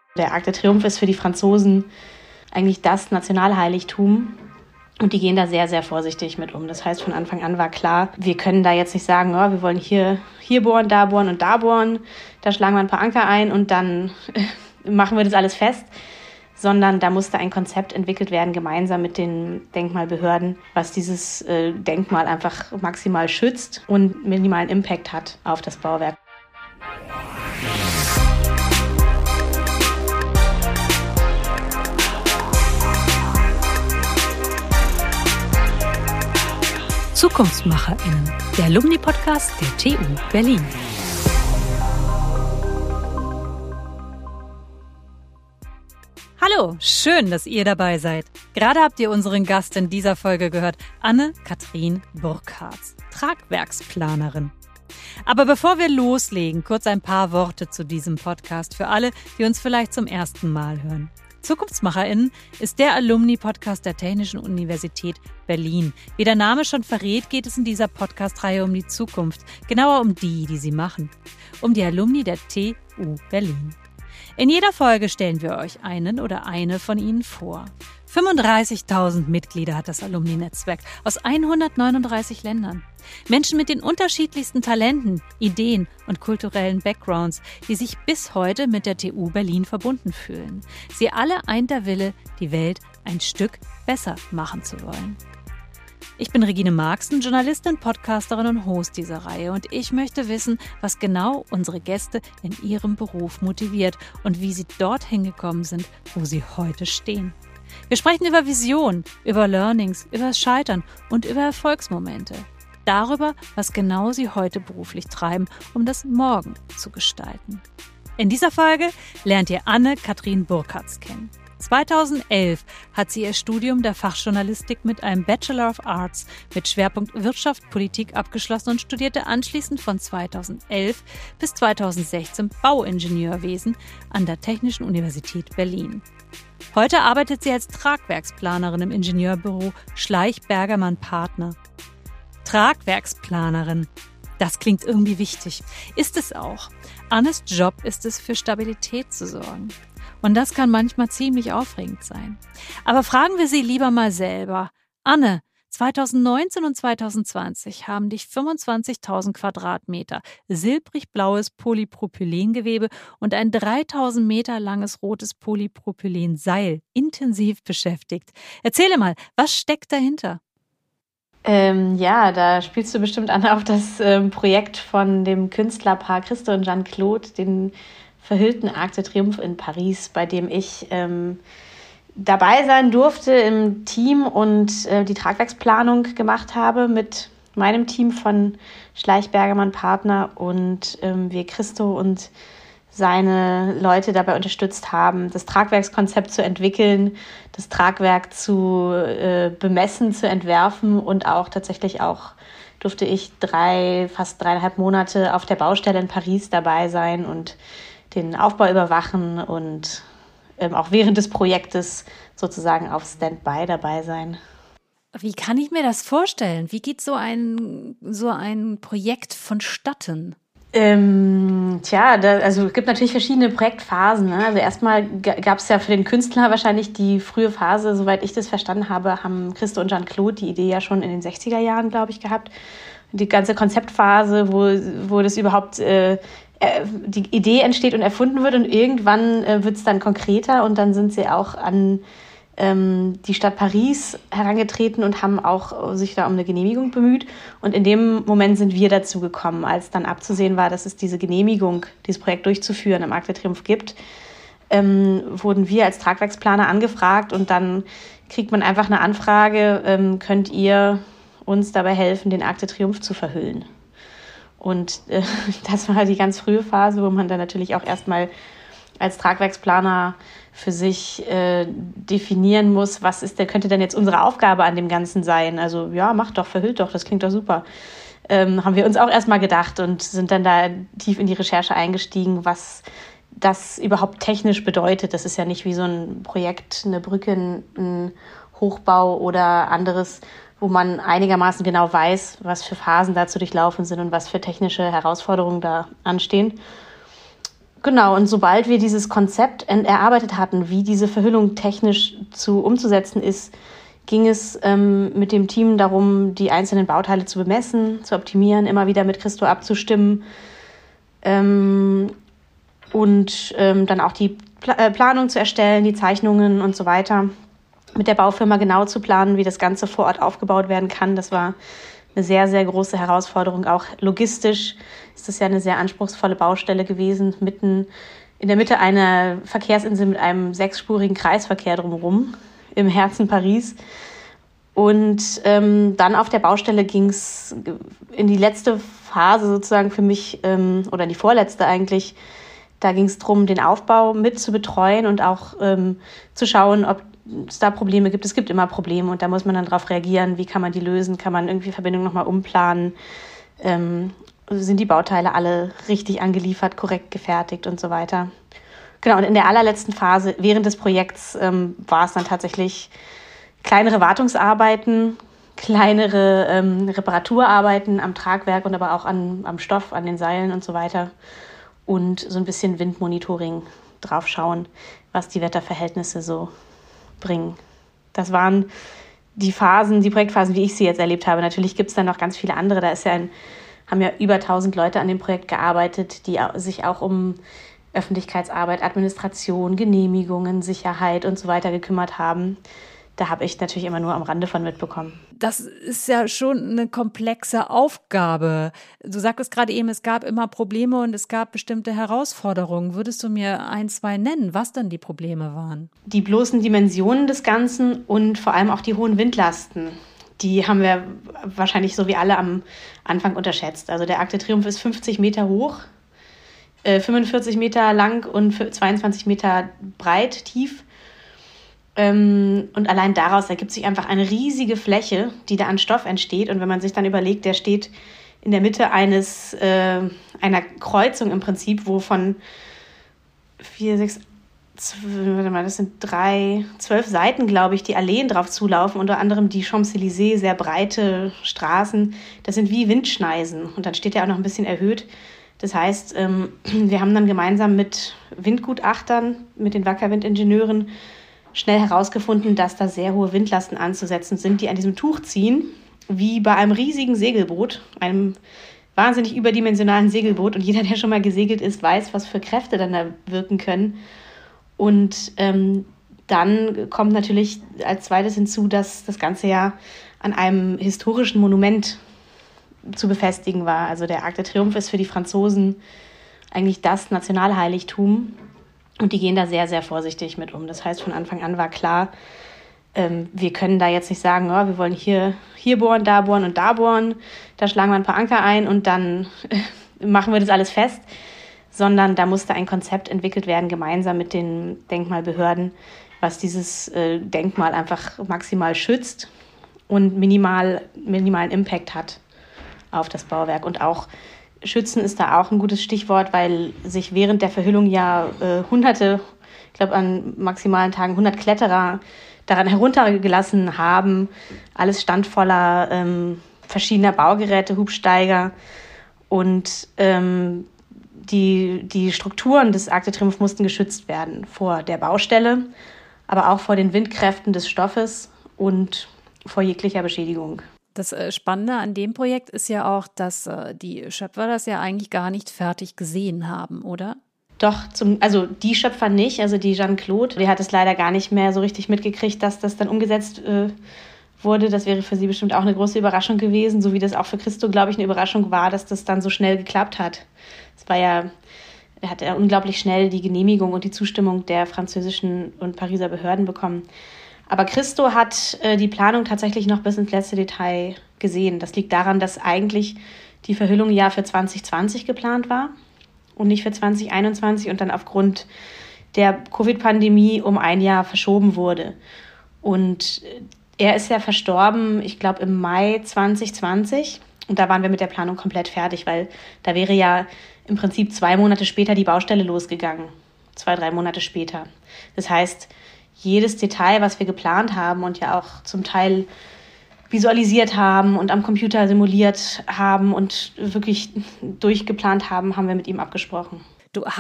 Der Arc de Triomphe ist für die Franzosen eigentlich das Nationalheiligtum. Und die gehen da sehr, sehr vorsichtig mit um. Das heißt, von Anfang an war klar, wir können da jetzt nicht sagen, oh, wir wollen hier bohren, da bohren und da bohren. Da schlagen wir ein paar Anker ein und dann machen wir das alles fest. Sondern da musste ein Konzept entwickelt werden, gemeinsam mit den Denkmalbehörden, was dieses Denkmal einfach maximal schützt und minimalen Impact hat auf das Bauwerk. ZukunftsmacherInnen, der Alumni-Podcast der TU Berlin. Hallo, schön, dass ihr dabei seid. Gerade habt ihr unseren Gast in dieser Folge gehört, Anne-Kathrin Burkhardt, Tragwerksplanerin. Aber bevor wir loslegen, kurz ein paar Worte zu diesem Podcast für alle, die uns vielleicht zum ersten Mal hören. ZukunftsmacherInnen ist der Alumni-Podcast der Technischen Universität Berlin. Wie der Name schon verrät, geht es in dieser Podcast-Reihe um die Zukunft. Genauer um die sie machen. Um die Alumni der TU Berlin. In jeder Folge stellen wir euch einen oder eine von ihnen vor. 35.000 Mitglieder hat das Alumni-Netzwerk aus 139 Ländern. Menschen mit den unterschiedlichsten Talenten, Ideen und kulturellen Backgrounds, die sich bis heute mit der TU Berlin verbunden fühlen. Sie alle eint der Wille, die Welt ein Stück besser machen zu wollen. Ich bin Regine Marxen, Journalistin, Podcasterin und Host dieser Reihe und ich möchte wissen, was genau unsere Gäste in ihrem Beruf motiviert und wie sie dorthin gekommen sind, wo sie heute stehen. Wir sprechen über Vision, über Learnings, über das Scheitern und über Erfolgsmomente. Darüber, was genau sie heute beruflich treiben, um das Morgen zu gestalten. In dieser Folge lernt ihr Anne-Kathrin Burkhardt kennen. 2011 hat sie ihr Studium der Fachjournalistik mit einem Bachelor of Arts mit Schwerpunkt Wirtschaft, Politik abgeschlossen und studierte anschließend von 2011 bis 2016 Bauingenieurwesen an der Technischen Universität Berlin. Heute arbeitet sie als Tragwerksplanerin im Ingenieurbüro Schleich-Bergermann Partner. Tragwerksplanerin. Das klingt irgendwie wichtig. Ist es auch. Annes Job ist es, für Stabilität zu sorgen. Und das kann manchmal ziemlich aufregend sein. Aber fragen wir sie lieber mal selber. Anne, 2019 und 2020 haben dich 25.000 Quadratmeter silbrig-blaues Polypropylengewebe und ein 3.000 Meter langes rotes Polypropylenseil intensiv beschäftigt. Erzähle mal, was steckt dahinter? Ja, da spielst du bestimmt an auf das Projekt von dem Künstlerpaar Christo und Jeanne-Claude, den verhüllten Arc de Triomphe in Paris, bei dem ich dabei sein durfte im Team und die Tragwerksplanung gemacht habe mit meinem Team von Schleich-Bergermann Partner und wir Christo und seine Leute dabei unterstützt haben, das Tragwerkskonzept zu entwickeln, das Tragwerk zu bemessen, zu entwerfen und auch tatsächlich durfte ich fast 3,5 Monate auf der Baustelle in Paris dabei sein und den Aufbau überwachen und auch während des Projektes sozusagen auf Standby dabei sein. Wie kann ich mir das vorstellen? Wie geht so ein Projekt vonstatten? Also es gibt natürlich verschiedene Projektphasen. Ne? Also erstmal gab es ja für den Künstler wahrscheinlich die frühe Phase, soweit ich das verstanden habe, haben Christo und Jeanne-Claude die Idee ja schon in den 60er Jahren, glaube ich, gehabt. Die ganze Konzeptphase, wo das überhaupt die Idee entsteht und erfunden wird und irgendwann wird es dann konkreter und dann sind sie auch an die Stadt Paris herangetreten und haben auch sich da um eine Genehmigung bemüht. Und in dem Moment sind wir dazu gekommen, als dann abzusehen war, dass es diese Genehmigung, dieses Projekt durchzuführen, im Arc de Triomphe gibt, wurden wir als Tragwerksplaner angefragt und dann kriegt man einfach eine Anfrage, könnt ihr uns dabei helfen, den Arc de Triomphe zu verhüllen. Und das war die ganz frühe Phase, wo man dann natürlich auch erstmal als Tragwerksplaner für sich definieren muss, könnte denn jetzt unsere Aufgabe an dem Ganzen sein? Also ja, macht doch, verhüllt doch, das klingt doch super. Haben wir uns auch erstmal gedacht und sind dann da tief in die Recherche eingestiegen, was das überhaupt technisch bedeutet. Das ist ja nicht wie so ein Projekt, eine Brücke, ein Hochbau oder anderes, wo man einigermaßen genau weiß, was für Phasen da zu durchlaufen sind und was für technische Herausforderungen da anstehen. Genau, und sobald wir dieses Konzept erarbeitet hatten, wie diese Verhüllung technisch umzusetzen ist, ging es mit dem Team darum, die einzelnen Bauteile zu bemessen, zu optimieren, immer wieder mit Christo abzustimmen und dann auch die Planung zu erstellen, die Zeichnungen und so weiter. Mit der Baufirma genau zu planen, wie das Ganze vor Ort aufgebaut werden kann. Das war eine sehr, sehr große Herausforderung. Auch logistisch ist das ja eine sehr anspruchsvolle Baustelle gewesen, mitten in der Mitte einer Verkehrsinsel mit einem 6-spurigen Kreisverkehr drumherum im Herzen Paris. Und dann auf der Baustelle ging es in die letzte Phase sozusagen für mich, oder die vorletzte eigentlich. Da ging es darum, den Aufbau mit zu betreuen und auch zu schauen, ob es da Probleme gibt. Es gibt immer Probleme und da muss man dann darauf reagieren. Wie kann man die lösen? Kann man irgendwie Verbindungen nochmal umplanen? Sind die Bauteile alle richtig angeliefert, korrekt gefertigt und so weiter? Genau, und in der allerletzten Phase während des Projekts war es dann tatsächlich kleinere Wartungsarbeiten, kleinere Reparaturarbeiten am Tragwerk und aber auch am Stoff, an den Seilen und so weiter. Und so ein bisschen Windmonitoring drauf schauen, was die Wetterverhältnisse so bringen. Das waren die Projektphasen, wie ich sie jetzt erlebt habe. Natürlich gibt es dann noch ganz viele andere. Da haben ja über 1000 Leute an dem Projekt gearbeitet, die sich auch um Öffentlichkeitsarbeit, Administration, Genehmigungen, Sicherheit und so weiter gekümmert haben. Da habe ich natürlich immer nur am Rande von mitbekommen. Das ist ja schon eine komplexe Aufgabe. Du sagtest gerade eben, es gab immer Probleme und es gab bestimmte Herausforderungen. Würdest du mir 1, 2 nennen, was dann die Probleme waren? Die bloßen Dimensionen des Ganzen und vor allem auch die hohen Windlasten. Die haben wir wahrscheinlich so wie alle am Anfang unterschätzt. Also der Arc de Triomphe ist 50 Meter hoch, 45 Meter lang und 22 Meter breit, tief. Und allein daraus ergibt sich einfach eine riesige Fläche, die da an Stoff entsteht. Und wenn man sich dann überlegt, der steht in der Mitte einer Kreuzung im Prinzip, wo von 12 Seiten, glaube ich, die Alleen drauf zulaufen, unter anderem die Champs-Élysées, sehr breite Straßen. Das sind wie Windschneisen. Und dann steht er auch noch ein bisschen erhöht. Das heißt, wir haben dann gemeinsam mit Windgutachtern, mit den Wackerwindingenieuren, schnell herausgefunden, dass da sehr hohe Windlasten anzusetzen sind, die an diesem Tuch ziehen, wie bei einem riesigen Segelboot, einem wahnsinnig überdimensionalen Segelboot. Und jeder, der schon mal gesegelt ist, weiß, was für Kräfte dann da wirken können. Und dann kommt natürlich als zweites hinzu, dass das Ganze ja an einem historischen Monument zu befestigen war. Also der Arc de Triomphe ist für die Franzosen eigentlich das Nationalheiligtum. Und die gehen da sehr, sehr vorsichtig mit um. Das heißt, von Anfang an war klar, wir können da jetzt nicht sagen, oh, wir wollen hier bohren, da bohren und da bohren. Da schlagen wir ein paar Anker ein und dann machen wir das alles fest. Sondern da musste ein Konzept entwickelt werden, gemeinsam mit den Denkmalbehörden, was dieses Denkmal einfach maximal schützt und minimalen Impact hat auf das Bauwerk. Und auch Schützen ist da auch ein gutes Stichwort, weil sich während der Verhüllung ja Hunderte, ich glaube an maximalen Tagen 100 Kletterer daran heruntergelassen haben. Alles stand voller verschiedener Baugeräte, Hubsteiger und die Strukturen des Arc de Triomphe mussten geschützt werden vor der Baustelle, aber auch vor den Windkräften des Stoffes und vor jeglicher Beschädigung. Das Spannende an dem Projekt ist ja auch, dass die Schöpfer das ja eigentlich gar nicht fertig gesehen haben, oder? Doch, also die Schöpfer nicht, also die Jeanne-Claude, die hat es leider gar nicht mehr so richtig mitgekriegt, dass das dann umgesetzt wurde. Das wäre für sie bestimmt auch eine große Überraschung gewesen, so wie das auch für Christo, glaube ich, eine Überraschung war, dass das dann so schnell geklappt hat. Es war ja, er hat ja unglaublich schnell die Genehmigung und die Zustimmung der französischen und Pariser Behörden bekommen. Aber Christo hat die Planung tatsächlich noch bis ins letzte Detail gesehen. Das liegt daran, dass eigentlich die Verhüllung ja für 2020 geplant war und nicht für 2021 und dann aufgrund der Covid-Pandemie um ein Jahr verschoben wurde. Und er ist ja verstorben, ich glaube, im Mai 2020. Und da waren wir mit der Planung komplett fertig, weil da wäre ja im Prinzip 2 Monate später die Baustelle losgegangen. 2, 3 Monate später. Das heißt, jedes Detail, was wir geplant haben und ja auch zum Teil visualisiert haben und am Computer simuliert haben und wirklich durchgeplant haben, haben wir mit ihm abgesprochen. Du hast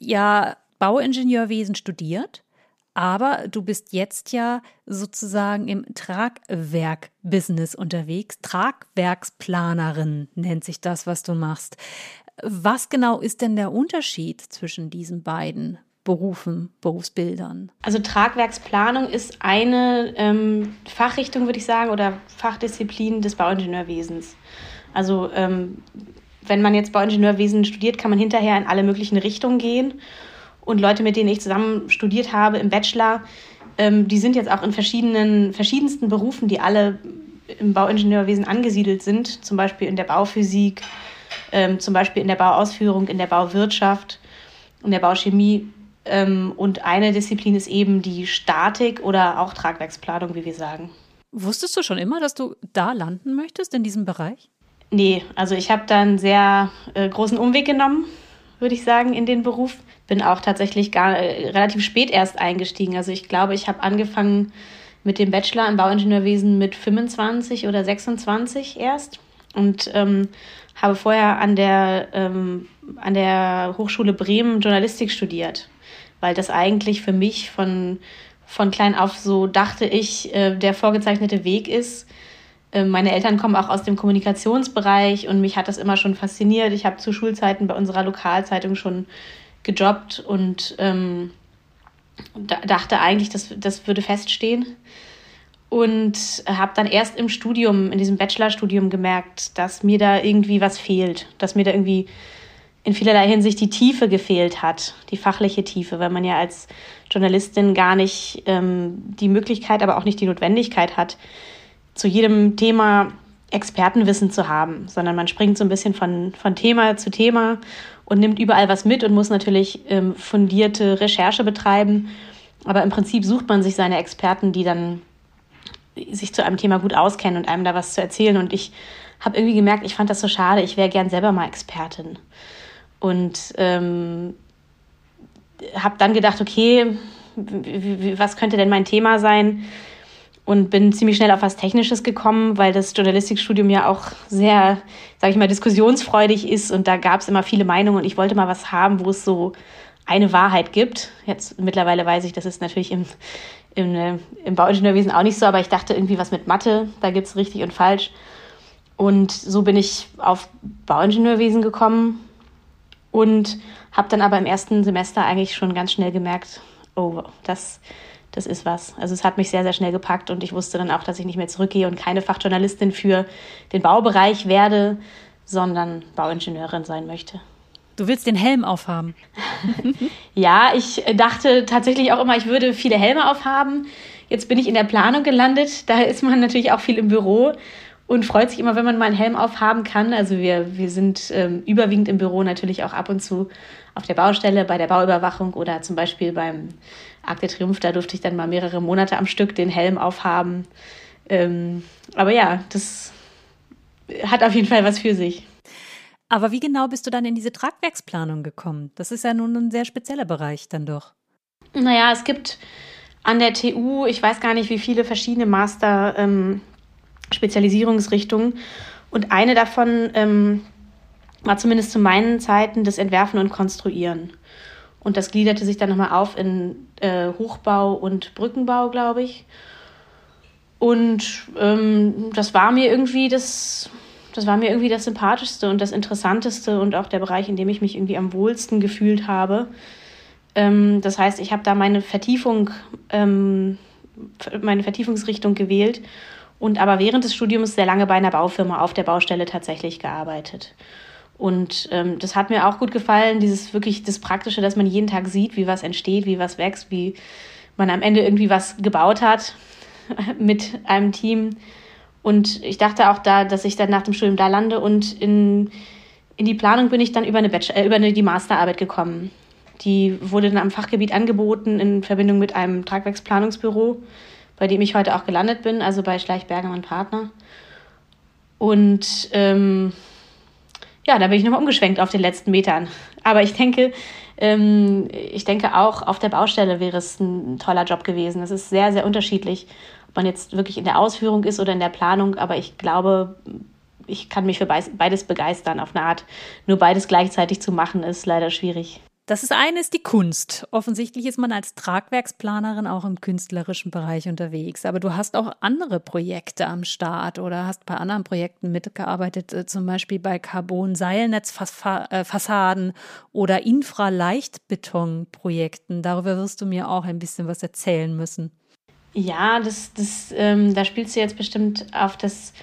ja Bauingenieurwesen studiert, aber du bist jetzt ja sozusagen im Tragwerk-Business unterwegs. Tragwerksplanerin nennt sich das, was du machst. Was genau ist denn der Unterschied zwischen diesen beiden Berufsbildern? Also Tragwerksplanung ist eine Fachrichtung, würde ich sagen, oder Fachdisziplin des Bauingenieurwesens. Also wenn man jetzt Bauingenieurwesen studiert, kann man hinterher in alle möglichen Richtungen gehen. Und Leute, mit denen ich zusammen studiert habe im Bachelor, die sind jetzt auch in verschiedensten Berufen, die alle im Bauingenieurwesen angesiedelt sind. Zum Beispiel in der Bauphysik, zum Beispiel in der Bauausführung, in der Bauwirtschaft, in der Bauchemie. Und eine Disziplin ist eben die Statik oder auch Tragwerksplanung, wie wir sagen. Wusstest du schon immer, dass du da landen möchtest, in diesem Bereich? Nee, also ich habe da einen sehr großen Umweg genommen, würde ich sagen, in den Beruf. Bin auch tatsächlich relativ spät erst eingestiegen. Also ich glaube, ich habe angefangen mit dem Bachelor im Bauingenieurwesen mit 25 oder 26 erst und habe vorher an der Hochschule Bremen Journalistik studiert, weil das eigentlich für mich von klein auf, so dachte ich, der vorgezeichnete Weg ist. Meine Eltern kommen auch aus dem Kommunikationsbereich und mich hat das immer schon fasziniert. Ich habe zu Schulzeiten bei unserer Lokalzeitung schon gejobbt und dachte eigentlich, das würde feststehen. Und habe dann erst im Studium, in diesem Bachelorstudium gemerkt, dass mir da irgendwie was fehlt. Dass mir da irgendwie in vielerlei Hinsicht die Tiefe gefehlt hat, die fachliche Tiefe, weil man ja als Journalistin gar nicht die Möglichkeit, aber auch nicht die Notwendigkeit hat, zu jedem Thema Expertenwissen zu haben, sondern man springt so ein bisschen von Thema zu Thema und nimmt überall was mit und muss natürlich fundierte Recherche betreiben. Aber im Prinzip sucht man sich seine Experten, die dann sich zu einem Thema gut auskennen und einem da was zu erzählen. Und ich habe irgendwie gemerkt, ich fand das so schade, ich wäre gern selber mal Expertin. Und habe dann gedacht, okay, was könnte denn mein Thema sein? Und bin ziemlich schnell auf was Technisches gekommen, weil das Journalistikstudium ja auch sehr, sage ich mal, diskussionsfreudig ist. Und da gab es immer viele Meinungen und ich wollte mal was haben, wo es so eine Wahrheit gibt. Jetzt mittlerweile weiß ich, das ist natürlich im Bauingenieurwesen auch nicht so, aber ich dachte irgendwie was mit Mathe, da gibt es richtig und falsch. Und so bin ich auf Bauingenieurwesen gekommen und habe dann aber im ersten Semester eigentlich schon ganz schnell gemerkt, oh, das ist was. Also es hat mich sehr, sehr schnell gepackt und ich wusste dann auch, dass ich nicht mehr zurückgehe und keine Fachjournalistin für den Baubereich werde, sondern Bauingenieurin sein möchte. Du willst den Helm aufhaben. Ja, ich dachte tatsächlich auch immer, ich würde viele Helme aufhaben. Jetzt bin ich in der Planung gelandet. Da ist man natürlich auch viel im Büro und freut sich immer, wenn man mal einen Helm aufhaben kann. Also wir sind überwiegend im Büro, natürlich auch ab und zu auf der Baustelle, bei der Bauüberwachung oder zum Beispiel beim Arc de Triomphe. Da durfte ich dann mal mehrere Monate am Stück den Helm aufhaben. Aber ja, das hat auf jeden Fall was für sich. Aber wie genau bist du dann in diese Tragwerksplanung gekommen? Das ist ja nun ein sehr spezieller Bereich dann doch. Naja, es gibt an der TU, ich weiß gar nicht, wie viele verschiedene Master-Spezialisierungsrichtungen. Und eine davon war zumindest zu meinen Zeiten das Entwerfen und Konstruieren. Und das gliederte sich dann nochmal auf in Hochbau und Brückenbau, glaube ich. Und das war mir irgendwie das Sympathischste und das Interessanteste und auch der Bereich, in dem ich mich irgendwie am wohlsten gefühlt habe. Das heißt, ich habe da meine Vertiefungsrichtung gewählt und aber während des Studiums sehr lange bei einer Baufirma auf der Baustelle tatsächlich gearbeitet. Und das hat mir auch gut gefallen, das Praktische, dass man jeden Tag sieht, wie was entsteht, wie was wächst, wie man am Ende irgendwie was gebaut hat mit einem Team. Und ich dachte auch dass ich dann nach dem Studium da lande und in die Planung bin ich dann über die Masterarbeit gekommen. Die wurde dann am Fachgebiet angeboten in Verbindung mit einem Tragwerksplanungsbüro, bei dem ich heute auch gelandet bin, also bei Schleich Bergermann Partner. Und da bin ich nochmal umgeschwenkt auf den letzten Metern. Aber ich denke auch auf der Baustelle wäre es ein toller Job gewesen. Es ist sehr, sehr unterschiedlich, ob man jetzt wirklich in der Ausführung ist oder in der Planung. Aber ich glaube, ich kann mich für beides begeistern auf eine Art. Nur beides gleichzeitig zu machen, ist leider schwierig. Das ist eine, ist die Kunst. Offensichtlich ist man als Tragwerksplanerin auch im künstlerischen Bereich unterwegs. Aber du hast auch andere Projekte am Start oder hast bei anderen Projekten mitgearbeitet, zum Beispiel bei Carbon-Seilnetzfassaden oder Infraleichtbeton-Projekten. Darüber wirst du mir auch ein bisschen was erzählen müssen. Ja, da spielst du jetzt bestimmt auf das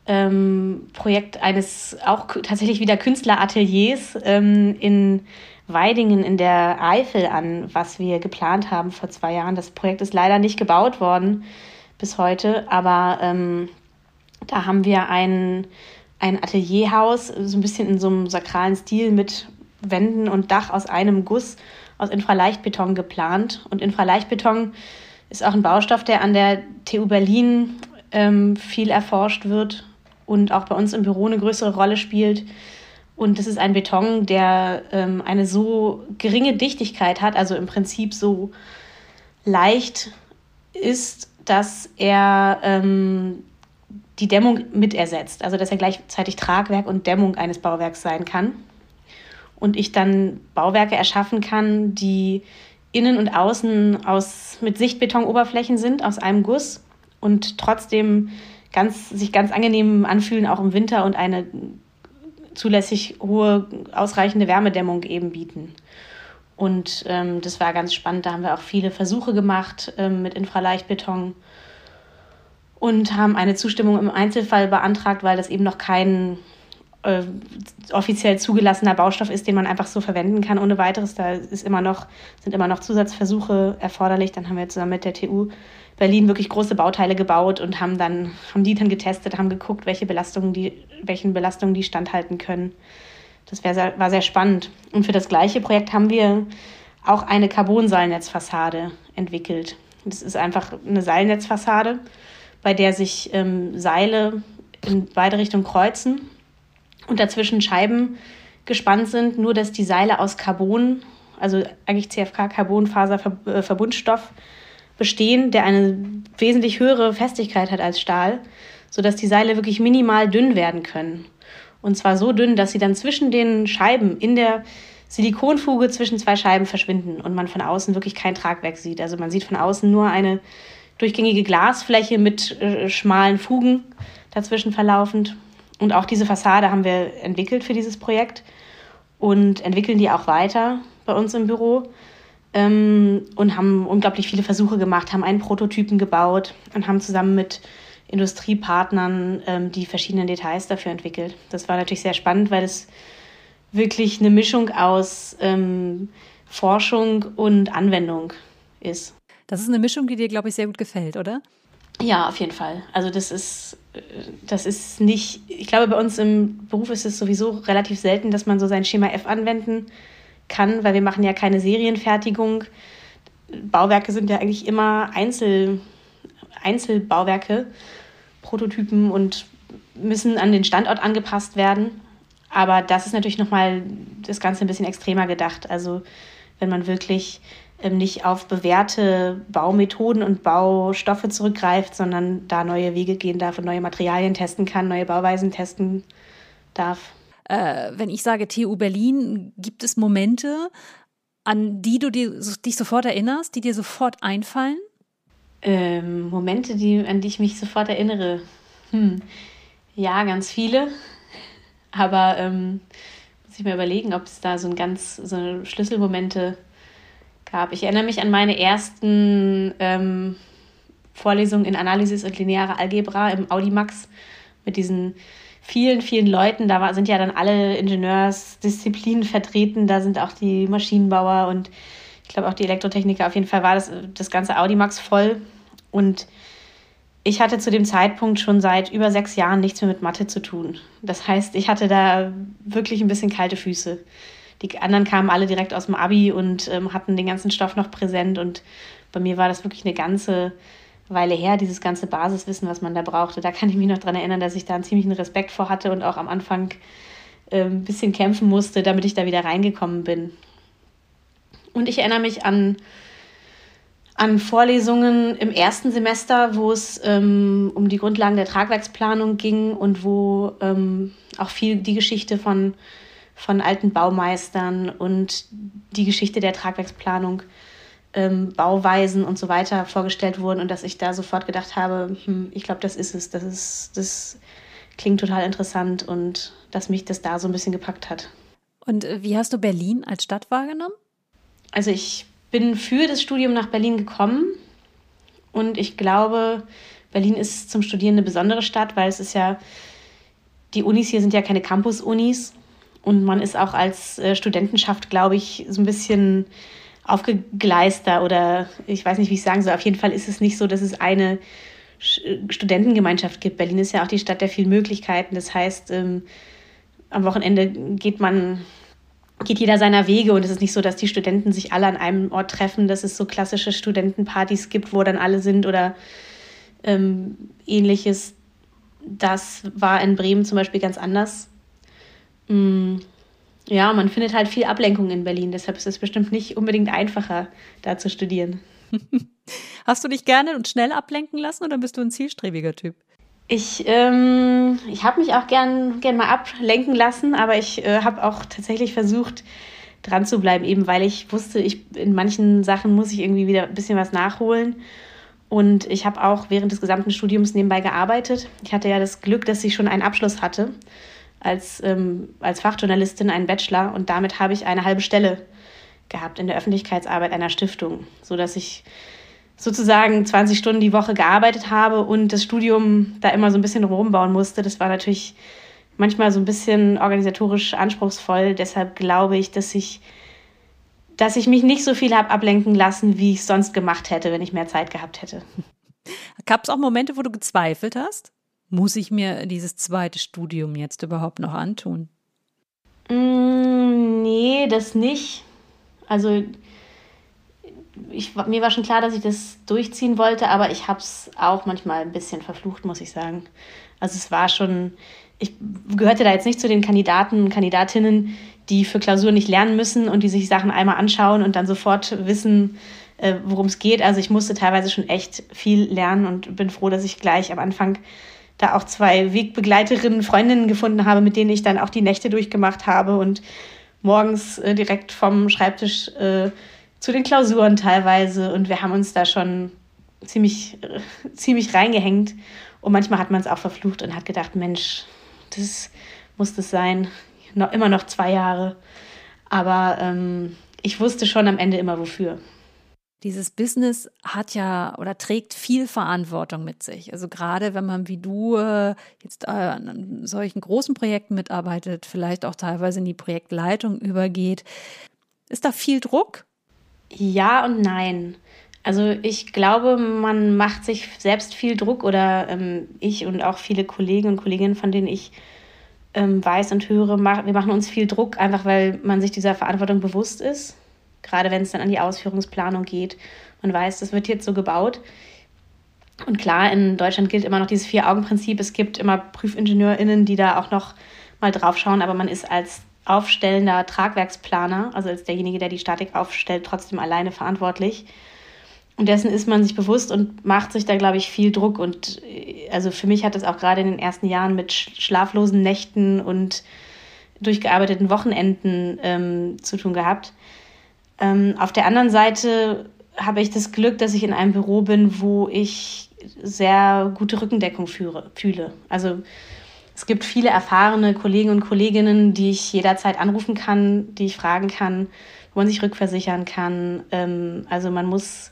Projekt eines auch tatsächlich wieder Künstlerateliers in Weidingen in der Eifel an, was wir geplant haben vor 2 Jahren. Das Projekt ist leider nicht gebaut worden bis heute, aber da haben wir ein Atelierhaus, so ein bisschen in so einem sakralen Stil mit Wänden und Dach aus einem Guss aus Infraleichtbeton geplant. Und Infraleichtbeton ist auch ein Baustoff, der an der TU Berlin viel erforscht wird und auch bei uns im Büro eine größere Rolle spielt. Und das ist ein Beton, der eine so geringe Dichtigkeit hat, also im Prinzip so leicht ist, dass er die Dämmung mit ersetzt. Also dass er gleichzeitig Tragwerk und Dämmung eines Bauwerks sein kann. Und ich dann Bauwerke erschaffen kann, die innen und außen mit Sichtbetonoberflächen sind, aus einem Guss und trotzdem sich ganz angenehm anfühlen, auch im Winter, und eine zulässig hohe, ausreichende Wärmedämmung eben bieten. Und das war ganz spannend. Da haben wir auch viele Versuche gemacht mit Infraleichtbeton und haben eine Zustimmung im Einzelfall beantragt, weil das eben noch kein offiziell zugelassener Baustoff ist, den man einfach so verwenden kann ohne weiteres. Da sind immer noch Zusatzversuche erforderlich. Dann haben wir zusammen mit der TU Berlin wirklich große Bauteile gebaut und haben die dann getestet, haben geguckt, welchen Belastungen die standhalten können. Das war sehr spannend. Und für das gleiche Projekt haben wir auch eine Carbon-Seilnetzfassade entwickelt. Das ist einfach eine Seilnetzfassade, bei der sich Seile in beide Richtungen kreuzen und dazwischen Scheiben gespannt sind, nur dass die Seile aus Carbon, also eigentlich CFK-Carbonfaser-Verbundstoff, bestehen, der eine wesentlich höhere Festigkeit hat als Stahl, sodass die Seile wirklich minimal dünn werden können. Und zwar so dünn, dass sie dann zwischen den Scheiben in der Silikonfuge zwischen 2 Scheiben verschwinden und man von außen wirklich kein Tragwerk sieht. Also man sieht von außen nur eine durchgängige Glasfläche mit schmalen Fugen dazwischen verlaufend. Und auch diese Fassade haben wir entwickelt für dieses Projekt und entwickeln die auch weiter bei uns im Büro und haben unglaublich viele Versuche gemacht, haben einen Prototypen gebaut und haben zusammen mit Industriepartnern die verschiedenen Details dafür entwickelt. Das war natürlich sehr spannend, weil es wirklich eine Mischung aus Forschung und Anwendung ist. Das ist eine Mischung, die dir, glaube ich, sehr gut gefällt, oder? Ja, auf jeden Fall. Also das ist nicht, ich glaube, bei uns im Beruf ist es sowieso relativ selten, dass man so sein Schema F anwenden kann, weil wir machen ja keine Serienfertigung. Bauwerke sind ja eigentlich immer Einzelbauwerke, Prototypen, und müssen an den Standort angepasst werden. Aber das ist natürlich nochmal das Ganze ein bisschen extremer gedacht. Also wenn man wirklich nicht auf bewährte Baumethoden und Baustoffe zurückgreift, sondern da neue Wege gehen darf und neue Materialien testen kann, neue Bauweisen testen darf. Wenn ich sage TU Berlin, gibt es Momente, an die du dich sofort erinnerst, die dir sofort einfallen? Momente, an die ich mich sofort erinnere? Ja, ganz viele. Aber muss ich mir überlegen, ob es da so Schlüsselmomente gab. Ich erinnere mich an meine ersten Vorlesungen in Analysis und lineare Algebra im Audimax mit diesen vielen, vielen Leuten. Da sind ja dann alle Ingenieursdisziplinen vertreten. Da sind auch die Maschinenbauer und ich glaube auch die Elektrotechniker. Auf jeden Fall war das ganze Audimax voll. Und ich hatte zu dem Zeitpunkt schon seit über 6 Jahren nichts mehr mit Mathe zu tun. Das heißt, ich hatte da wirklich ein bisschen kalte Füße. Die anderen kamen alle direkt aus dem Abi und hatten den ganzen Stoff noch präsent. Und bei mir war das wirklich eine ganze Weile her, dieses ganze Basiswissen, was man da brauchte. Da kann ich mich noch dran erinnern, dass ich da einen ziemlichen Respekt vor hatte und auch am Anfang ein bisschen kämpfen musste, damit ich da wieder reingekommen bin. Und ich erinnere mich an Vorlesungen im ersten Semester, wo es um die Grundlagen der Tragwerksplanung ging und wo auch viel die Geschichte von von alten Baumeistern und die Geschichte der Tragwerksplanung, Bauweisen und so weiter vorgestellt wurden und dass ich da sofort gedacht habe, ich glaube, das ist es. Das klingt total interessant und dass mich das da so ein bisschen gepackt hat. Und wie hast du Berlin als Stadt wahrgenommen? Also ich bin für das Studium nach Berlin gekommen und ich glaube, Berlin ist zum Studieren eine besondere Stadt, weil es ist ja, die Unis hier sind ja keine Campus-Unis und man ist auch als Studentenschaft, glaube ich, so ein bisschen aufgegleister oder ich weiß nicht, wie ich sagen soll. Auf jeden Fall ist es nicht so, dass es eine Studentengemeinschaft gibt. Berlin ist ja auch die Stadt der vielen Möglichkeiten. Das heißt, am Wochenende geht jeder seiner Wege und es ist nicht so, dass die Studenten sich alle an einem Ort treffen, dass es so klassische Studentenpartys gibt, wo dann alle sind oder Ähnliches. Das war in Bremen zum Beispiel ganz anders. Ja, man findet halt viel Ablenkung in Berlin, deshalb ist es bestimmt nicht unbedingt einfacher, da zu studieren. Hast du dich gerne und schnell ablenken lassen oder bist du ein zielstrebiger Typ? Ich habe mich auch gern mal ablenken lassen, aber ich habe auch tatsächlich versucht, dran zu bleiben, eben weil ich wusste, in manchen Sachen muss ich irgendwie wieder ein bisschen was nachholen. Und ich habe auch während des gesamten Studiums nebenbei gearbeitet. Ich hatte ja das Glück, dass ich schon einen Abschluss hatte als Fachjournalistin, einen Bachelor. Und damit habe ich eine halbe Stelle gehabt in der Öffentlichkeitsarbeit einer Stiftung, sodass ich sozusagen 20 Stunden die Woche gearbeitet habe und das Studium da immer so ein bisschen rumbauen musste. Das war natürlich manchmal so ein bisschen organisatorisch anspruchsvoll. Deshalb glaube ich, dass ich mich nicht so viel habe ablenken lassen, wie ich es sonst gemacht hätte, wenn ich mehr Zeit gehabt hätte. Gab es auch Momente, wo du gezweifelt hast? Muss ich mir dieses zweite Studium jetzt überhaupt noch antun? Nee, das nicht. Also mir war schon klar, dass ich das durchziehen wollte, aber ich habe es auch manchmal ein bisschen verflucht, muss ich sagen. Also es war schon, ich gehörte da jetzt nicht zu den Kandidaten und Kandidatinnen, die für Klausuren nicht lernen müssen und die sich Sachen einmal anschauen und dann sofort wissen, worum es geht. Also ich musste teilweise schon echt viel lernen und bin froh, dass ich gleich am Anfang da auch 2 Wegbegleiterinnen, Freundinnen gefunden habe, mit denen ich dann auch die Nächte durchgemacht habe und morgens direkt vom Schreibtisch zu den Klausuren teilweise. Und wir haben uns da schon ziemlich reingehängt. Und manchmal hat man es auch verflucht und hat gedacht, Mensch, das muss das sein. Immer noch 2 Jahre. Aber ich wusste schon am Ende immer, wofür. Dieses Business hat ja oder trägt viel Verantwortung mit sich. Also gerade wenn man wie du jetzt an solchen großen Projekten mitarbeitet, vielleicht auch teilweise in die Projektleitung übergeht. Ist da viel Druck? Ja und nein. Also ich glaube, man macht sich selbst viel Druck oder ich und auch viele Kollegen und Kolleginnen, von denen ich weiß und höre, wir machen uns viel Druck, einfach weil man sich dieser Verantwortung bewusst ist. Gerade wenn es dann an die Ausführungsplanung geht. Man weiß, das wird jetzt so gebaut. Und klar, in Deutschland gilt immer noch dieses 4-Augen-Prinzip. Es gibt immer PrüfingenieurInnen, die da auch noch mal drauf schauen. Aber man ist als aufstellender Tragwerksplaner, also als derjenige, der die Statik aufstellt, trotzdem alleine verantwortlich. Und dessen ist man sich bewusst und macht sich da, glaube ich, viel Druck. Und also für mich hat das auch gerade in den ersten Jahren mit schlaflosen Nächten und durchgearbeiteten Wochenenden zu tun gehabt. Auf der anderen Seite habe ich das Glück, dass ich in einem Büro bin, wo ich sehr gute Rückendeckung fühle. Also es gibt viele erfahrene Kollegen und Kolleginnen, die ich jederzeit anrufen kann, die ich fragen kann, wo man sich rückversichern kann. Also man muss,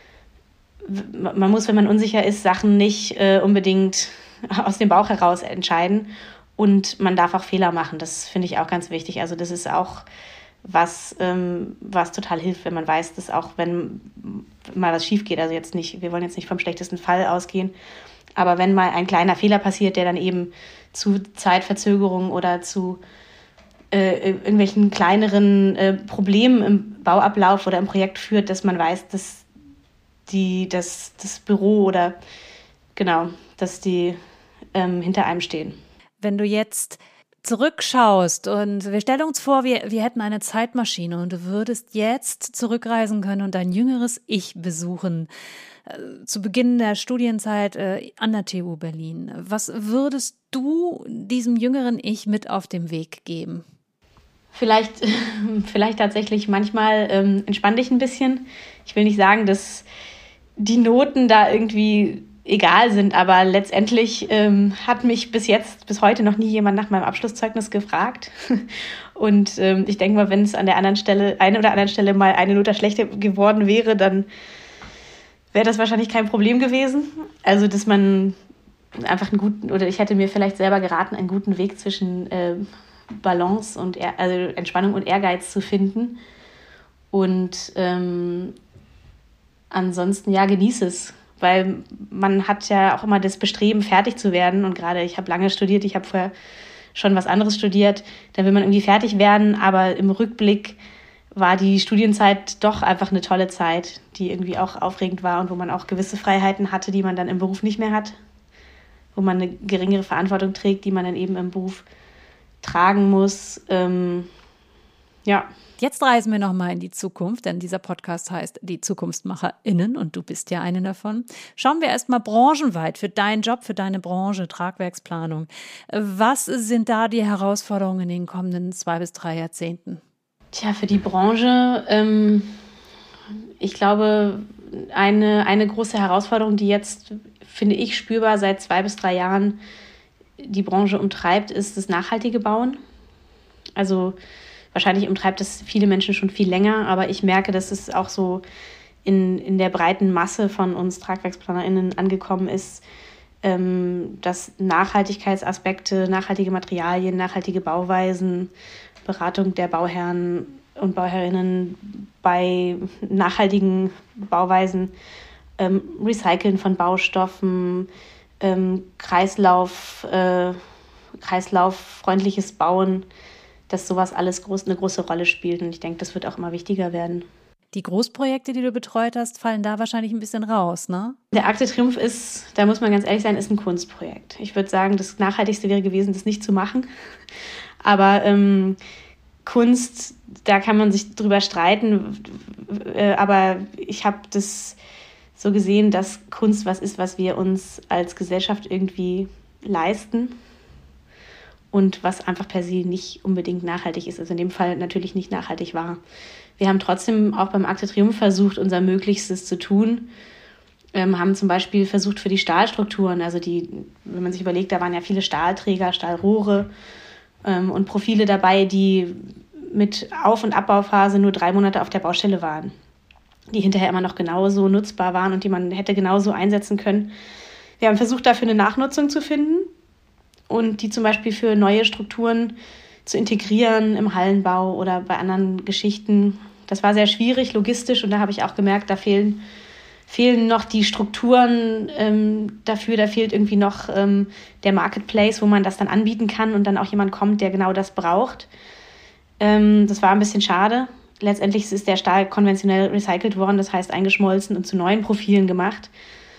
wenn man unsicher ist, Sachen nicht unbedingt aus dem Bauch heraus entscheiden. Und man darf auch Fehler machen. Das finde ich auch ganz wichtig. Also das ist auch was total hilft, wenn man weiß, dass auch wenn mal was schief geht, also jetzt nicht, wir wollen jetzt nicht vom schlechtesten Fall ausgehen, aber wenn mal ein kleiner Fehler passiert, der dann eben zu Zeitverzögerungen oder zu irgendwelchen kleineren Problemen im Bauablauf oder im Projekt führt, dass man weiß, dass das Büro oder genau, dass die hinter einem stehen. Wenn du jetzt zurückschaust und wir stellen uns vor, wir hätten eine Zeitmaschine und du würdest jetzt zurückreisen können und dein jüngeres Ich besuchen, zu Beginn der Studienzeit an der TU Berlin. Was würdest du diesem jüngeren Ich mit auf den Weg geben? Vielleicht tatsächlich manchmal entspann dich ein bisschen. Ich will nicht sagen, dass die Noten da irgendwie egal sind, aber letztendlich hat mich bis heute noch nie jemand nach meinem Abschlusszeugnis gefragt. Und ich denke mal, wenn es an der einen oder anderen Stelle mal eine Note schlechter geworden wäre, dann wäre das wahrscheinlich kein Problem gewesen. Also, dass man einfach ich hätte mir vielleicht selber geraten, einen guten Weg zwischen Balance und also Entspannung und Ehrgeiz zu finden. Und ansonsten, ja, genieße es. Weil man hat ja auch immer das Bestreben, fertig zu werden. Und gerade ich habe lange studiert, ich habe vorher schon was anderes studiert. Da will man irgendwie fertig werden. Aber im Rückblick war die Studienzeit doch einfach eine tolle Zeit, die irgendwie auch aufregend war und wo man auch gewisse Freiheiten hatte, die man dann im Beruf nicht mehr hat. Wo man eine geringere Verantwortung trägt, die man dann eben im Beruf tragen muss. Ja. Jetzt reisen wir nochmal in die Zukunft, denn dieser Podcast heißt Die ZukunftsmacherInnen und du bist ja eine davon. Schauen wir erstmal branchenweit für deinen Job, für deine Branche, Tragwerksplanung. Was sind da die Herausforderungen in den kommenden 2 bis 3 Jahrzehnten? Tja, für die Branche, ich glaube, eine große Herausforderung, die jetzt, finde ich, spürbar seit 2 bis 3 Jahren die Branche umtreibt, ist das nachhaltige Bauen. Also wahrscheinlich umtreibt es viele Menschen schon viel länger, aber ich merke, dass es auch so in der breiten Masse von uns TragwerksplanerInnen angekommen ist, dass Nachhaltigkeitsaspekte, nachhaltige Materialien, nachhaltige Bauweisen, Beratung der Bauherren und Bauherrinnen bei nachhaltigen Bauweisen, Recyceln von Baustoffen, kreislauffreundliches Bauen, dass sowas alles eine große Rolle spielt. Und ich denke, das wird auch immer wichtiger werden. Die Großprojekte, die du betreut hast, fallen da wahrscheinlich ein bisschen raus, ne? Der Arc de Triomphe da muss man ganz ehrlich sein, ist ein Kunstprojekt. Ich würde sagen, das Nachhaltigste wäre gewesen, das nicht zu machen. Aber Kunst, da kann man sich drüber streiten. Aber ich habe das so gesehen, dass Kunst was ist, was wir uns als Gesellschaft irgendwie leisten. Und was einfach per se nicht unbedingt nachhaltig ist, also in dem Fall natürlich nicht nachhaltig war. Wir haben trotzdem auch beim Arc de Triomphe versucht, unser Möglichstes zu tun. Haben zum Beispiel versucht für die Stahlstrukturen, also wenn man sich überlegt, da waren ja viele Stahlträger, Stahlrohre und Profile dabei, die mit Auf- und Abbauphase nur 3 Monate auf der Baustelle waren, die hinterher immer noch genauso nutzbar waren und die man hätte genauso einsetzen können. Wir haben versucht, dafür eine Nachnutzung zu finden und die zum Beispiel für neue Strukturen zu integrieren im Hallenbau oder bei anderen Geschichten. Das war sehr schwierig, logistisch, und da habe ich auch gemerkt, da fehlen noch die Strukturen dafür. Da fehlt irgendwie noch der Marketplace, wo man das dann anbieten kann und dann auch jemand kommt, der genau das braucht. Das war ein bisschen schade. Letztendlich ist der Stahl konventionell recycelt worden, das heißt eingeschmolzen und zu neuen Profilen gemacht.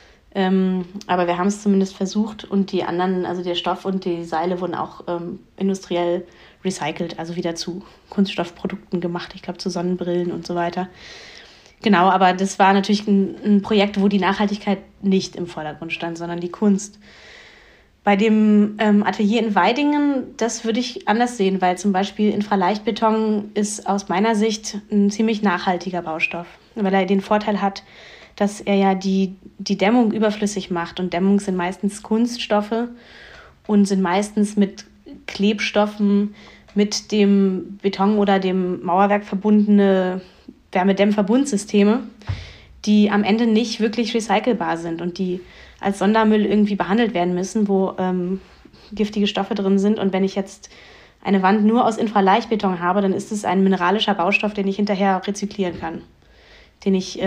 Aber wir haben es zumindest versucht, und die anderen, also der Stoff und die Seile, wurden auch industriell recycelt, also wieder zu Kunststoffprodukten gemacht, ich glaube zu Sonnenbrillen und so weiter. Genau, aber das war natürlich ein Projekt, wo die Nachhaltigkeit nicht im Vordergrund stand, sondern die Kunst. Bei dem Atelier in Weidingen, das würde ich anders sehen, weil zum Beispiel Infraleichtbeton ist aus meiner Sicht ein ziemlich nachhaltiger Baustoff, weil er den Vorteil hat, dass er ja die Dämmung überflüssig macht. Und Dämmung sind meistens Kunststoffe und sind meistens mit Klebstoffen mit dem Beton oder dem Mauerwerk verbundene Wärmedämmverbundsysteme, die am Ende nicht wirklich recycelbar sind und die als Sondermüll irgendwie behandelt werden müssen, wo giftige Stoffe drin sind. Und wenn ich jetzt eine Wand nur aus Infraleichtbeton habe, dann ist es ein mineralischer Baustoff, den ich hinterher rezyklieren kann, den ich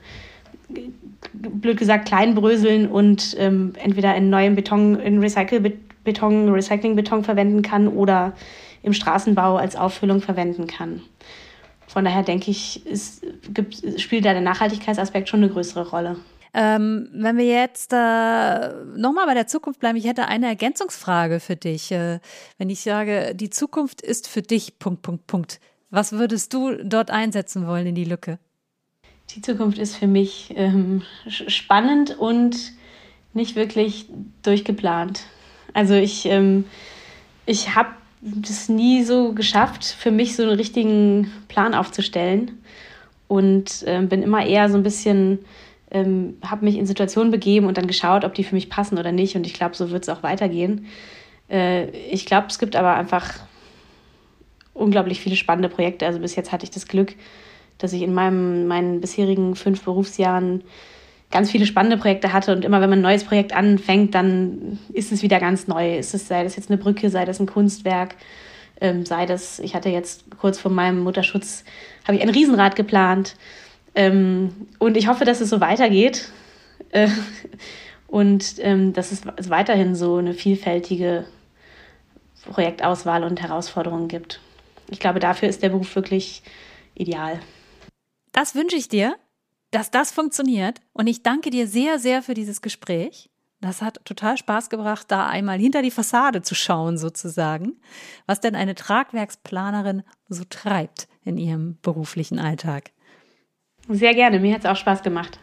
blöd gesagt klein bröseln und entweder in neuem Beton, in Recyclingbeton verwenden kann oder im Straßenbau als Auffüllung verwenden kann. Von daher denke ich, spielt da der Nachhaltigkeitsaspekt schon eine größere Rolle. Wenn wir jetzt nochmal bei der Zukunft bleiben, ich hätte eine Ergänzungsfrage für dich. Wenn ich sage, die Zukunft ist für dich, .. Was würdest du dort einsetzen wollen in die Lücke? Die Zukunft ist für mich spannend und nicht wirklich durchgeplant. Also ich habe das nie so geschafft, für mich so einen richtigen Plan aufzustellen und bin immer eher so ein bisschen, habe mich in Situationen begeben und dann geschaut, ob die für mich passen oder nicht. Und ich glaube, so wird es auch weitergehen. Ich glaube, es gibt aber einfach unglaublich viele spannende Projekte. Also bis jetzt hatte ich das Glück, dass ich in meinen bisherigen 5 Berufsjahren ganz viele spannende Projekte hatte. Und immer wenn man ein neues Projekt anfängt, dann ist es wieder ganz neu. Sei das jetzt eine Brücke, sei das ein Kunstwerk, sei das, ich hatte jetzt kurz vor meinem Mutterschutz, habe ich ein Riesenrad geplant. Und ich hoffe, dass es so weitergeht und dass es weiterhin so eine vielfältige Projektauswahl und Herausforderungen gibt. Ich glaube, dafür ist der Beruf wirklich ideal. Das wünsche ich dir, dass das funktioniert. Und ich danke dir sehr, sehr für dieses Gespräch. Das hat total Spaß gebracht, da einmal hinter die Fassade zu schauen sozusagen, was denn eine Tragwerksplanerin so treibt in ihrem beruflichen Alltag. Sehr gerne, mir hat es auch Spaß gemacht.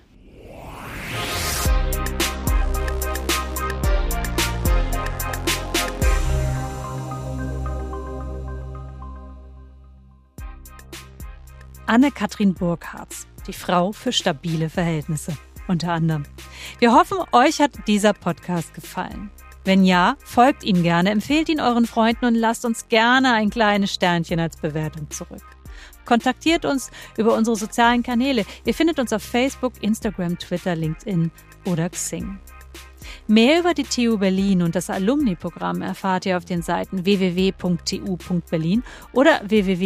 Anne-Kathrin Burkhardt, die Frau für stabile Verhältnisse, unter anderem. Wir hoffen, euch hat dieser Podcast gefallen. Wenn ja, folgt ihm gerne, empfehlt ihn euren Freunden und lasst uns gerne ein kleines Sternchen als Bewertung zurück. Kontaktiert uns über unsere sozialen Kanäle. Ihr findet uns auf Facebook, Instagram, Twitter, LinkedIn oder Xing. Mehr über die TU Berlin und das Alumni-Programm erfahrt ihr auf den Seiten www.tu.berlin oder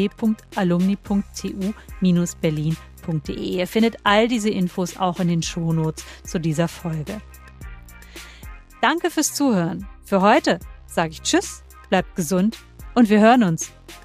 www.alumni.tu-berlin.de. Ihr findet all diese Infos auch in den Shownotes zu dieser Folge. Danke fürs Zuhören. Für heute sage ich Tschüss, bleibt gesund und wir hören uns.